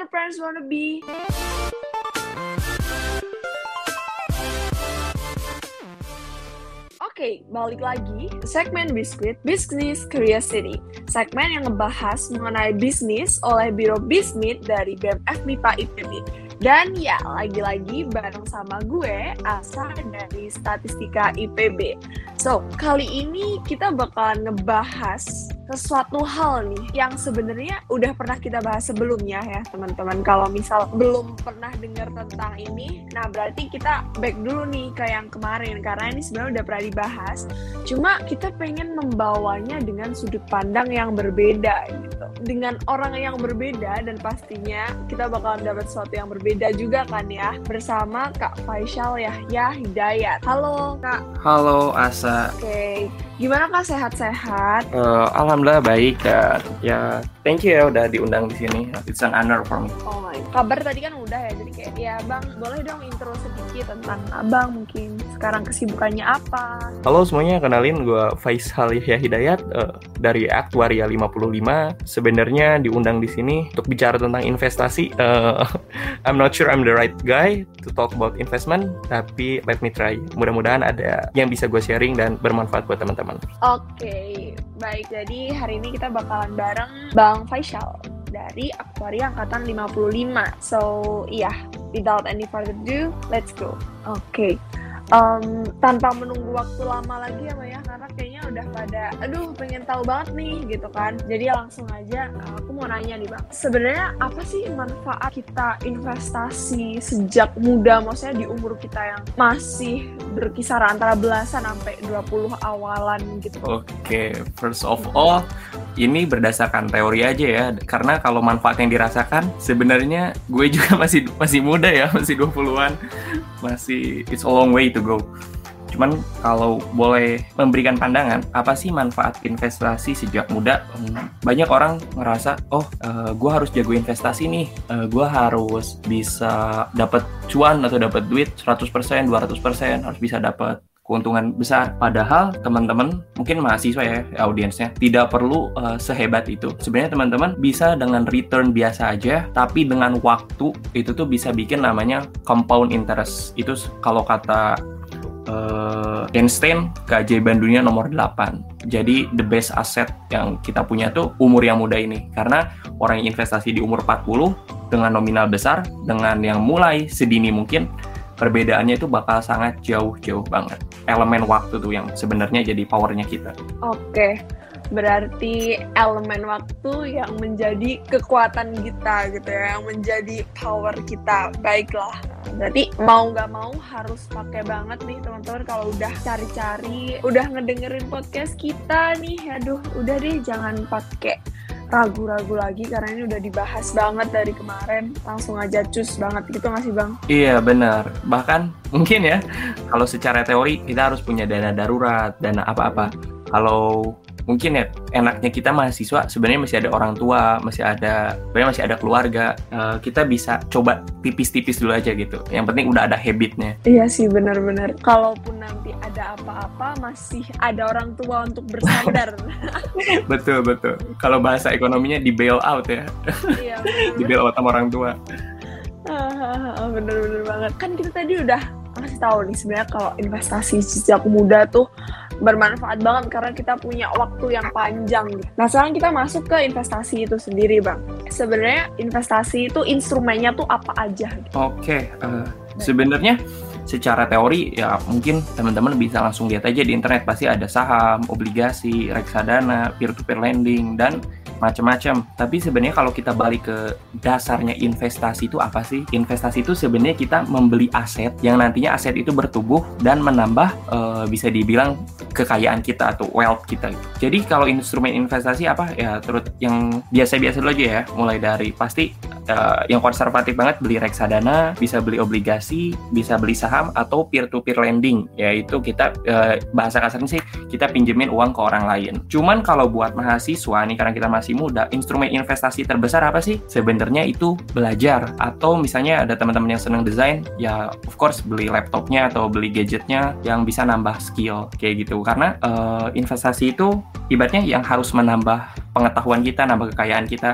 Entrepreneurs Wannabe. Oke, balik lagi ke segmen Biskuit Business Curiosity. Segmen yang ngebahas mengenai bisnis oleh Biro Bismit dari BEM FMIPA IPB. Dan ya, lagi-lagi bareng sama gue, Asa dari Statistika IPB. So, kali ini kita bakalan ngebahas sesuatu hal nih yang sebenarnya udah pernah kita bahas sebelumnya ya teman-teman. Kalau misal belum pernah dengar tentang ini, nah berarti kita back dulu nih ke yang kemarin karena ini sebenarnya udah pernah dibahas. Cuma kita pengen membawanya dengan sudut pandang yang berbeda gitu. Dengan orang yang berbeda dan pastinya kita bakalan dapat sesuatu yang berbeda juga kan ya. Bersama Kak Faisal Yahya Hidayat. Halo Kak. Halo Asa. Oke. Gimana Kak, sehat-sehat? Alhamdulillah baik dan ya thank you ya udah diundang di sini. It's an honor for me. Oh my God. Kabar tadi kan udah ya, jadi kayak ya Bang, boleh dong intro sedikit tentang Abang mungkin sekarang kesibukannya apa? Halo semuanya, kenalin gue Faisal Yahya Hidayat dari Aktuaria 55. Sebenarnya diundang di sini untuk bicara tentang investasi. I'm not sure I'm the right guy to talk about investment, tapi let me try. Mudah-mudahan ada yang bisa gue sharing dan bermanfaat buat teman-teman. Oke, baik. Jadi hari ini kita bakalan bareng Bang Faisal dari Aktuaria Angkatan 55. So, iya, without any further ado, let's go. Oke. Tanpa menunggu waktu lama lagi ya Mbak ya, karena kayaknya udah pada pengen tahu banget nih gitu kan. Jadi langsung aja aku mau nanya nih Bang, sebenarnya apa sih manfaat kita investasi sejak muda, maksudnya di umur kita yang masih berkisar antara belasan sampai 20 awalan gitu. Oke, first of all ini berdasarkan teori aja ya, karena kalau manfaat yang dirasakan sebenarnya gue juga masih muda ya, masih 20-an, masih it's a long way to go. Cuman kalau boleh memberikan pandangan, apa sih manfaat investasi sejak muda? Banyak orang ngerasa, gue harus jago investasi nih, gue harus bisa dapat cuan atau dapat duit 100%, 200%, harus bisa dapat keuntungan besar. Padahal teman-teman mungkin mahasiswa ya audiensnya tidak perlu sehebat itu. Sebenarnya teman-teman bisa dengan return biasa aja, tapi dengan waktu itu tuh bisa bikin namanya compound interest. Itu kalau kata Einstein, keajaiban dunia nomor 8. Jadi the best asset yang kita punya tuh umur yang muda ini. Karena orang yang investasi di umur 40 dengan nominal besar, dengan yang mulai sedini mungkin, perbedaannya itu bakal sangat jauh-jauh banget. Elemen waktu tuh yang sebenarnya jadi powernya kita. Oke, berarti elemen waktu yang menjadi kekuatan kita gitu ya, yang menjadi power kita. Baiklah, berarti mau nggak mau harus pakai banget nih teman-teman kalau udah cari-cari, udah ngedengerin podcast kita nih. Aduh, udah deh jangan pakai ragu-ragu lagi karena ini udah dibahas banget dari kemarin, langsung aja cus banget gitu nggak sih Bang? Iya benar, bahkan mungkin ya kalau secara teori kita harus punya dana darurat, dana apa-apa. Kalau mungkin ya enaknya kita mahasiswa sebenarnya masih ada orang tua, masih ada keluarga, kita bisa coba tipis-tipis dulu aja gitu. Yang penting udah ada habitnya. Iya sih, benar-benar. Kalaupun nanti ada apa-apa masih ada orang tua untuk bersandar. Betul. Kalau bahasa ekonominya di bail out ya. Iya, di bail out sama orang tua. Bener-bener banget. Kan kita tadi udah kasih tahu nih sebenarnya kalau investasi sejak muda tuh bermanfaat banget karena kita punya waktu yang panjang. Nah sekarang kita masuk ke investasi itu sendiri Bang. Sebenarnya investasi itu instrumennya tuh apa aja? Oke, sebenarnya secara teori ya mungkin teman-teman bisa langsung lihat aja di internet, pasti ada saham, obligasi, reksadana, peer-to-peer lending dan macam-macam. Tapi sebenarnya kalau kita balik ke dasarnya investasi itu apa sih? Investasi itu sebenarnya kita membeli aset yang nantinya aset itu bertumbuh dan menambah bisa dibilang kekayaan kita atau wealth kita. Jadi kalau instrumen investasi apa ya, terus yang biasa-biasa dulu aja ya. Mulai dari pasti yang konservatif banget beli reksadana, bisa beli obligasi, bisa beli saham atau peer-to-peer lending, yaitu kita bahasa kasarnya sih kita pinjemin uang ke orang lain. Cuman kalau buat mahasiswa nih karena kita masih muda, instrumen investasi terbesar apa sih? Sebenarnya itu belajar, atau misalnya ada teman-teman yang senang desain, ya of course beli laptopnya atau beli gadgetnya yang bisa nambah skill kayak gitu. Karena investasi itu ibaratnya yang harus menambah pengetahuan kita, nambah kekayaan kita.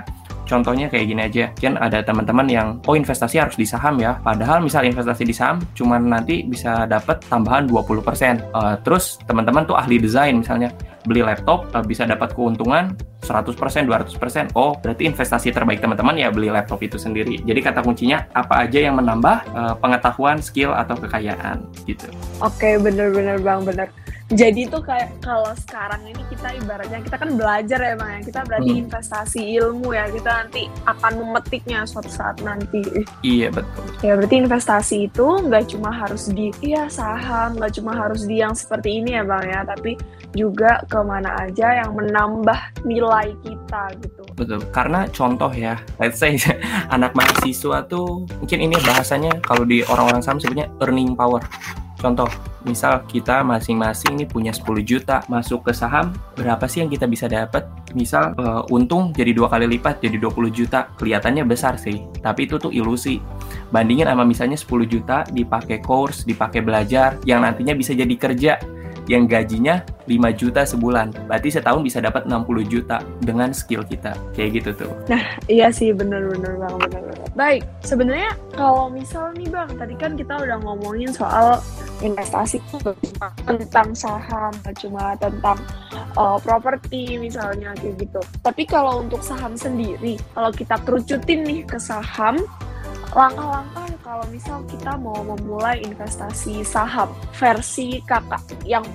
Contohnya kayak gini aja, kan ada teman-teman yang investasi harus di saham ya, padahal misal investasi di saham cuman nanti bisa dapat tambahan 20%. Terus teman-teman tuh ahli desain misalnya, beli laptop bisa dapat keuntungan 100%, 200%. Oh, berarti investasi terbaik teman-teman ya beli laptop itu sendiri. Jadi kata kuncinya apa aja yang menambah pengetahuan, skill atau kekayaan gitu. Oke, bener Bang, bener. Jadi tuh kayak kalau sekarang ini kita ibaratnya kita kan belajar ya Bang ya, kita berarti investasi ilmu ya, kita nanti akan memetiknya suatu saat nanti. Iya betul. Ya berarti investasi itu nggak cuma harus di saham, nggak cuma harus di yang seperti ini ya Bang ya, tapi juga kemana aja yang menambah nilai kita gitu. Betul, karena contoh ya, let's say anak mahasiswa tuh mungkin ini bahasanya kalau di orang-orang saham sebutnya earning power. Contoh, misal kita masing-masing ini punya 10 juta, masuk ke saham, berapa sih yang kita bisa dapat? Misal untung jadi 2 kali lipat, jadi 20 juta. Kelihatannya besar sih, tapi itu tuh ilusi. Bandingin sama misalnya 10 juta dipakai course, dipakai belajar, yang nantinya bisa jadi kerja, yang gajinya 5 juta sebulan. Berarti setahun bisa dapat 60 juta dengan skill kita. Kayak gitu tuh. Nah, iya sih, bener Bang, bener. Baik, sebenarnya kalau misal nih Bang, tadi kan kita udah ngomongin soal investasi tentang saham, cuma tentang properti misalnya kayak gitu. Tapi kalau untuk saham sendiri, kalau kita kerucutin nih ke saham, langkah-langkah kalau misal kita mau memulai investasi saham versi kakak yang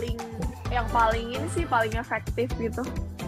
paling ini sih paling efektif gitu.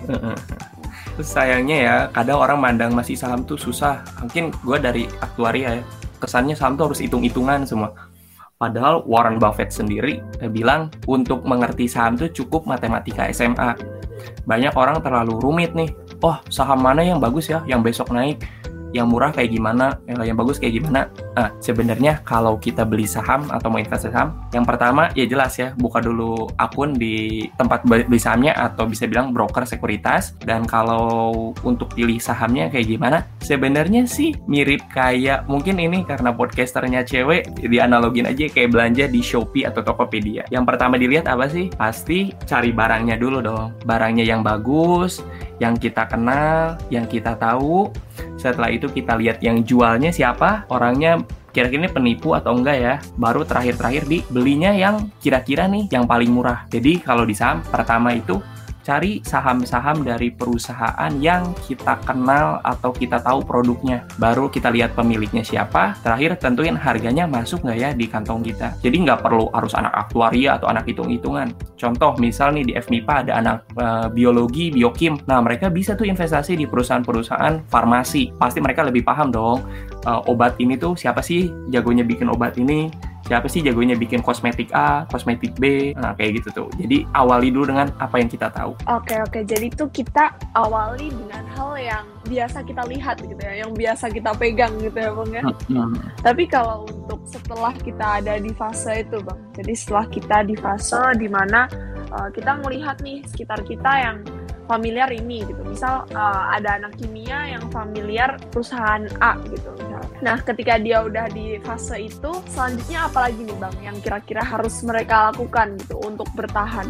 Terus sayangnya ya, kadang orang mandang masih saham tuh susah. Mungkin gue dari aktuaria ya, kesannya saham tuh harus hitung-hitungan semua. Padahal Warren Buffett sendiri bilang untuk mengerti saham tuh cukup matematika SMA. Banyak orang terlalu rumit nih. Oh, saham mana yang bagus ya, yang besok naik? Yang murah kayak gimana, yang bagus kayak gimana. Nah, sebenarnya kalau kita beli saham atau mau investasi saham, yang pertama ya jelas ya, buka dulu akun di tempat beli sahamnya atau bisa bilang broker sekuritas. Dan kalau untuk pilih sahamnya kayak gimana, sebenarnya sih mirip kayak, mungkin ini karena podcasternya cewek, dianalogin aja kayak belanja di Shopee atau Tokopedia. Yang pertama dilihat apa sih? Pasti cari barangnya dulu dong. Barangnya yang bagus, yang kita kenal, yang kita tahu. Setelah itu kita lihat yang jualnya siapa, orangnya kira-kira ini penipu atau enggak ya. Baru terakhir dibelinya yang kira-kira nih yang paling murah. Jadi kalau di saham, pertama itu cari saham-saham dari perusahaan yang kita kenal atau kita tahu produknya. Baru kita lihat pemiliknya siapa. Terakhir tentuin harganya masuk nggak ya di kantong kita. Jadi nggak perlu harus anak aktuaria atau anak hitung-hitungan. Contoh misal nih di FMIPA ada anak biologi, biokim. Nah mereka bisa tuh investasi di perusahaan-perusahaan farmasi. Pasti mereka lebih paham dong. Obat ini tuh siapa sih jagonya bikin obat ini, siapa sih jagonya bikin kosmetik A, kosmetik B, nah kayak gitu tuh. Jadi awali dulu dengan apa yang kita tahu. Oke, jadi tuh kita awali dengan hal yang biasa kita lihat gitu ya, yang biasa kita pegang gitu ya Bang ya. Tapi kalau untuk setelah kita ada di fase itu Bang, jadi setelah kita di fase dimana kita melihat nih sekitar kita yang familiar ini gitu. Misal ada anak kimia yang familiar perusahaan A gitu misalnya. Nah, ketika dia udah di fase itu, selanjutnya apa lagi nih Bang yang kira-kira harus mereka lakukan gitu untuk bertahan?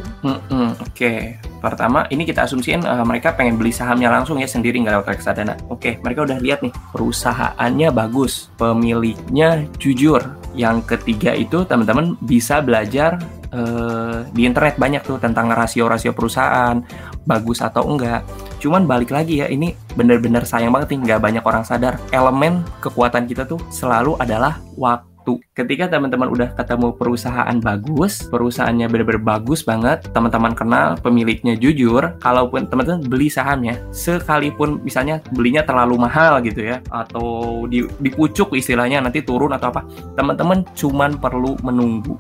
Oke. Pertama, ini kita asumsiin mereka pengen beli sahamnya langsung ya sendiri nggak lewat reksadana. Oke, mereka udah lihat nih perusahaannya bagus, pemiliknya jujur. Yang ketiga itu teman-teman bisa belajar di internet banyak tuh tentang rasio-rasio perusahaan bagus atau enggak. Cuman balik lagi ya, ini bener-bener sayang banget nih, nggak banyak orang sadar elemen kekuatan kita tuh selalu adalah waktu. Ketika teman-teman udah ketemu perusahaan bagus, perusahaannya bener-bener bagus banget, teman-teman kenal, pemiliknya jujur, kalaupun teman-teman beli sahamnya, sekalipun misalnya belinya terlalu mahal gitu ya, atau dipucuk istilahnya nanti turun atau apa, teman-teman cuman perlu menunggu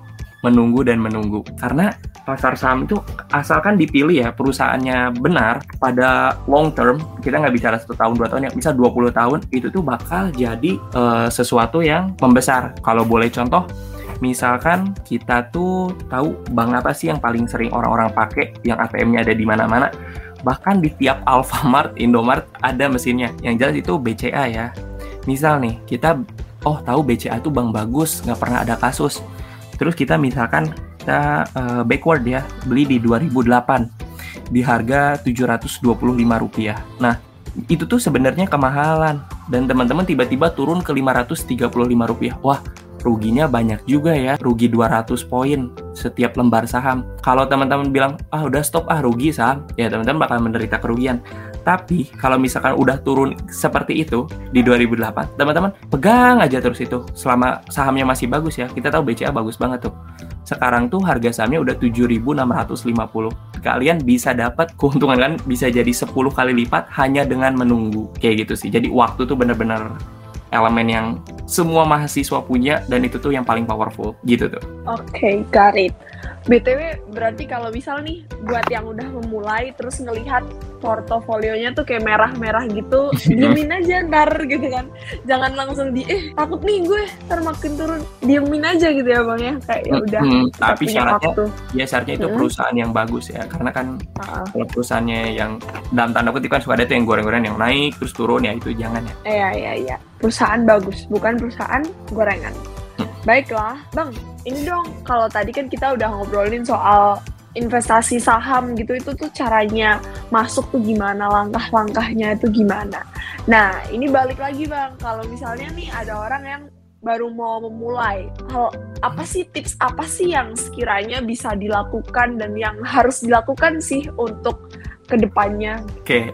karena pasar saham itu asalkan dipilih ya perusahaannya benar pada long term, kita nggak bicara 1 tahun 2 tahun ya, bisa 20 tahun itu tuh bakal jadi sesuatu yang membesar. Kalau boleh contoh, misalkan kita tuh tahu bank apa sih yang paling sering orang-orang pakai, yang ATM-nya ada di mana-mana, bahkan di tiap Alfamart, Indomart ada mesinnya, yang jelas itu BCA ya. Misal nih kita tahu BCA tuh bank bagus, nggak pernah ada kasus. Terus kita misalkan kita backward ya, beli di 2008 di harga Rp725. Nah, itu tuh sebenarnya kemahalan dan teman-teman tiba-tiba turun ke Rp535. Wah, ruginya banyak juga ya, rugi 200 poin setiap lembar saham. Kalau teman-teman bilang, udah stop rugi saham, ya teman-teman bakal menderita kerugian. Tapi kalau misalkan udah turun seperti itu di 2008, teman-teman pegang aja terus itu selama sahamnya masih bagus ya. Kita tahu BCA bagus banget tuh. Sekarang tuh harga sahamnya udah 7.650. Kalian bisa dapat keuntungan kan bisa jadi 10 kali lipat hanya dengan menunggu. Kayak gitu sih. Jadi waktu tuh benar-benar elemen yang semua mahasiswa punya dan itu tuh yang paling powerful gitu tuh. Oke, got it. BTW berarti kalau misal nih buat yang udah memulai terus ngelihat portofolionya tuh kayak merah-merah gitu, diemin aja ntar gitu kan. Jangan langsung takut nih gue ntar makin turun. Diemin aja gitu ya Bang ya. Kayak ya udah. Tapi syaratnya itu perusahaan yang bagus ya. Karena kan kalau perusahaannya yang dalam tanda kutip kan suka ada tuh yang goreng-goreng yang naik terus turun ya itu jangan ya. Iya. Perusahaan bagus, bukan perusahaan gorengan. Baiklah, Bang, ini dong, kalau tadi kan kita udah ngobrolin soal investasi saham gitu, itu tuh caranya masuk tuh gimana, langkah-langkahnya itu gimana. Nah, ini balik lagi Bang, kalau misalnya nih ada orang yang baru mau memulai, tips apa sih yang sekiranya bisa dilakukan dan yang harus dilakukan sih untuk kedepannya? Oke,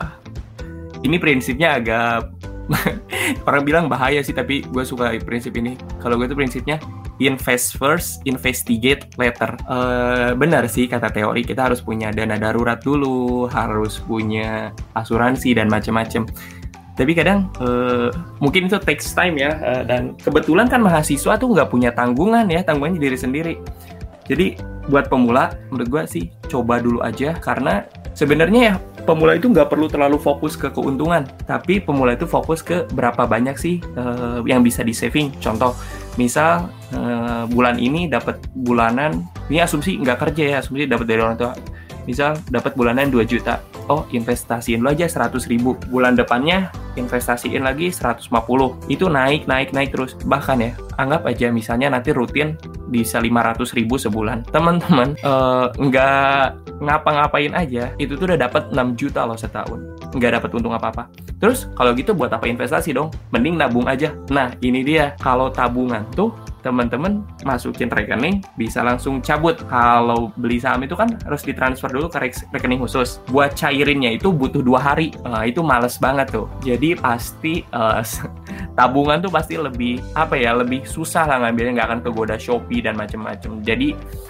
ini prinsipnya agak orang bilang bahaya sih, tapi gue suka prinsip ini. Kalau gue tuh prinsipnya invest first, investigate later. Benar sih kata teori, kita harus punya dana darurat dulu, harus punya asuransi dan macam-macam. Tapi kadang mungkin itu takes time ya, dan kebetulan kan mahasiswa tuh nggak punya tanggungan ya, tanggungannya diri sendiri. Jadi buat pemula, menurut gue sih coba dulu aja, karena sebenarnya ya pemula itu nggak perlu terlalu fokus ke keuntungan, tapi pemula itu fokus ke berapa banyak sih yang bisa di saving. Contoh, misal bulan ini dapat bulanan, ini asumsi nggak kerja ya, asumsi dapat dari orang tua. Misal dapat bulanan 2 juta, investasiin lo aja 100.000. Bulan depannya investasiin lagi 150. Itu naik terus. Bahkan ya, anggap aja misalnya nanti rutin bisa 500.000 sebulan. Teman-teman nggak ngapa-ngapain aja, itu tuh udah dapat 6 juta loh setahun. Nggak dapat untung apa-apa. Terus kalau gitu buat apa investasi dong? Mending nabung aja. Nah ini dia, kalau tabungan tuh teman-teman masukin rekening bisa langsung cabut. Kalau beli saham itu kan harus ditransfer dulu ke rekening khusus. Buat cairinnya itu butuh 2 hari. Itu males banget tuh. Jadi pasti tabungan tuh pasti lebih lebih susah lah ngambilnya, nggak akan kegoda Shopee dan macam-macam. Jadi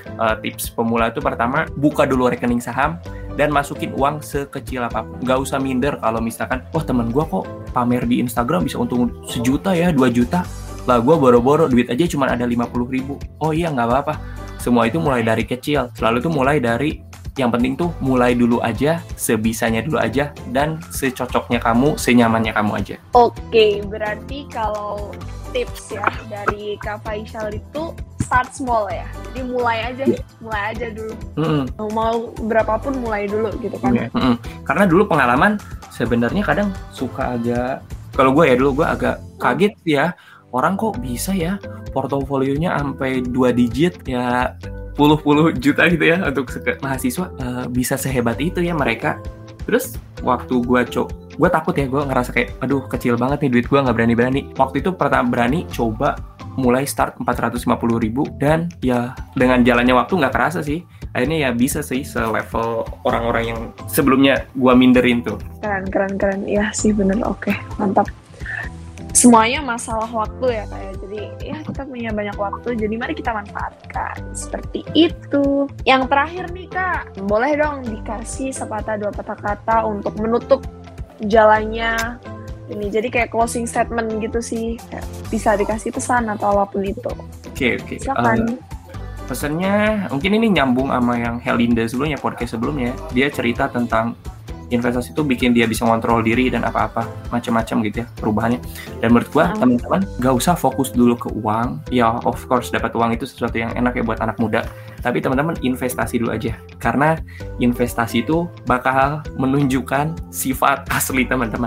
tips pemula itu pertama, buka dulu rekening saham dan masukin uang sekecil apapun. Nggak usah minder kalau misalkan, temen gue kok pamer di Instagram bisa untung 1 juta ya, 2 juta. Lah gue boro-boro duit aja cuma ada 50.000. Oh iya nggak apa-apa. Semua itu mulai dari kecil. Selalu tuh mulai dari yang penting tuh mulai dulu aja, sebisanya dulu aja, dan secocoknya kamu, senyamannya kamu aja. Oke, berarti kalau tips ya dari Kak Faisal itu start small ya. Jadi mulai aja dulu. Mau berapapun mulai dulu gitu kan. Karena dulu pengalaman sebenarnya kadang suka agak, kalau gue agak kaget ya. Orang kok bisa ya portofolionya sampai 2 digit ya, puluh juta gitu ya untuk mahasiswa, bisa sehebat itu ya mereka. Terus waktu gue takut ya, gue ngerasa kayak aduh kecil banget nih duit gue, nggak berani. Waktu itu pertama berani coba mulai start 450.000 dan ya dengan jalannya waktu nggak kerasa sih, akhirnya ya bisa sih selevel orang-orang yang sebelumnya gue minderin tuh. Keren ya sih, bener. Oke, mantap. Semuanya masalah waktu ya kayak, jadi ya kita punya banyak waktu, jadi mari kita manfaatkan seperti itu. Yang terakhir nih Kak, boleh dong dikasih sepatah 2 patah kata untuk menutup jalannya ini, jadi kayak closing statement gitu sih, kayak bisa dikasih pesan atau apapun itu. Oke. Silakan. Pesannya mungkin ini nyambung sama yang Helinda sebelumnya, podcast sebelumnya. Dia cerita tentang investasi itu bikin dia bisa ngontrol diri dan apa-apa macam-macam gitu ya perubahannya. Dan menurut gua teman-teman gak usah fokus dulu ke uang. Ya of course dapat uang itu sesuatu yang enak ya buat anak muda, tapi teman-teman investasi dulu aja, karena investasi itu bakal menunjukkan sifat asli teman-teman.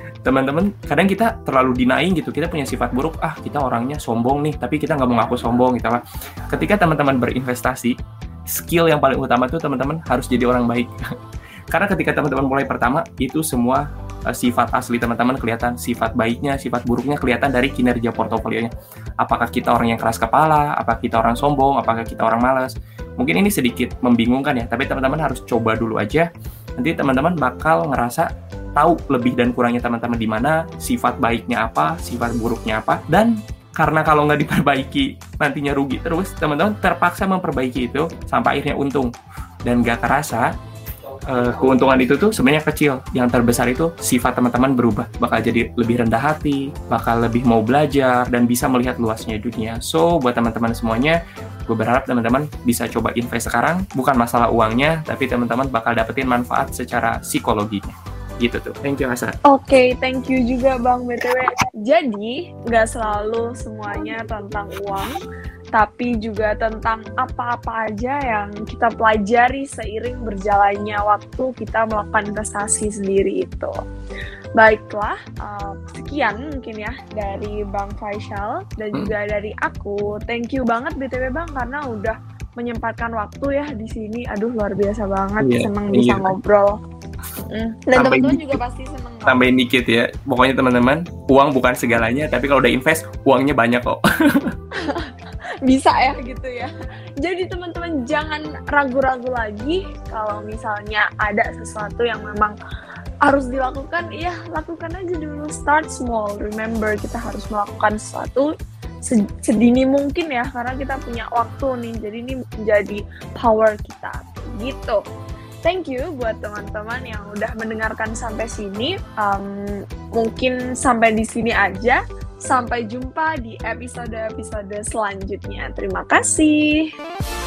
Kadang kita terlalu denying gitu, kita punya sifat buruk, kita orangnya sombong nih, tapi kita nggak mau ngaku sombong gitu lah. Ketika teman-teman berinvestasi, skill yang paling utama tuh teman-teman harus jadi orang baik. Karena ketika teman-teman mulai pertama, itu semua sifat asli teman-teman kelihatan, sifat baiknya, sifat buruknya kelihatan dari kinerja portofolionya. Apakah kita orang yang keras kepala, apakah kita orang sombong, apakah kita orang malas. Mungkin ini sedikit membingungkan ya, tapi teman-teman harus coba dulu aja. Nanti teman-teman bakal ngerasa tahu lebih dan kurangnya teman-teman di mana, sifat baiknya apa, sifat buruknya apa, dan karena kalau nggak diperbaiki nantinya rugi terus, teman-teman terpaksa memperbaiki itu sampai akhirnya untung. Dan nggak kerasa, keuntungan itu tuh sebenarnya kecil. Yang terbesar itu sifat teman-teman berubah. Bakal jadi lebih rendah hati, bakal lebih mau belajar, dan bisa melihat luasnya dunia. So, buat teman-teman semuanya, gue berharap teman-teman bisa coba invest sekarang. Bukan masalah uangnya, tapi teman-teman bakal dapetin manfaat secara psikologinya. Gitu tuh. Thank you, Asa. Oke, thank you juga Bang BTW. Jadi, nggak selalu semuanya tentang uang, tapi juga tentang apa-apa aja yang kita pelajari seiring berjalannya waktu kita melakukan investasi sendiri itu. Baiklah, sekian mungkin ya dari Bang Faisal dan juga dari aku. Thank you banget BTW Bang karena udah menyempatkan waktu ya di sini. Aduh, luar biasa banget, senang bisa ngobrol. Dan teman-teman juga pasti seneng. Tambahin dikit ya, pokoknya teman-teman, uang bukan segalanya, tapi kalau udah invest, uangnya banyak kok. Bisa ya gitu ya. Jadi teman-teman jangan ragu-ragu lagi kalau misalnya ada sesuatu yang memang harus dilakukan, ya lakukan aja dulu. Start small. Remember, kita harus melakukan sesuatu sedini mungkin ya, karena kita punya waktu nih. Jadi ini menjadi power kita gitu. Thank you buat teman-teman yang udah mendengarkan sampai sini. Mungkin sampai di sini aja. Sampai jumpa di episode-episode selanjutnya. Terima kasih.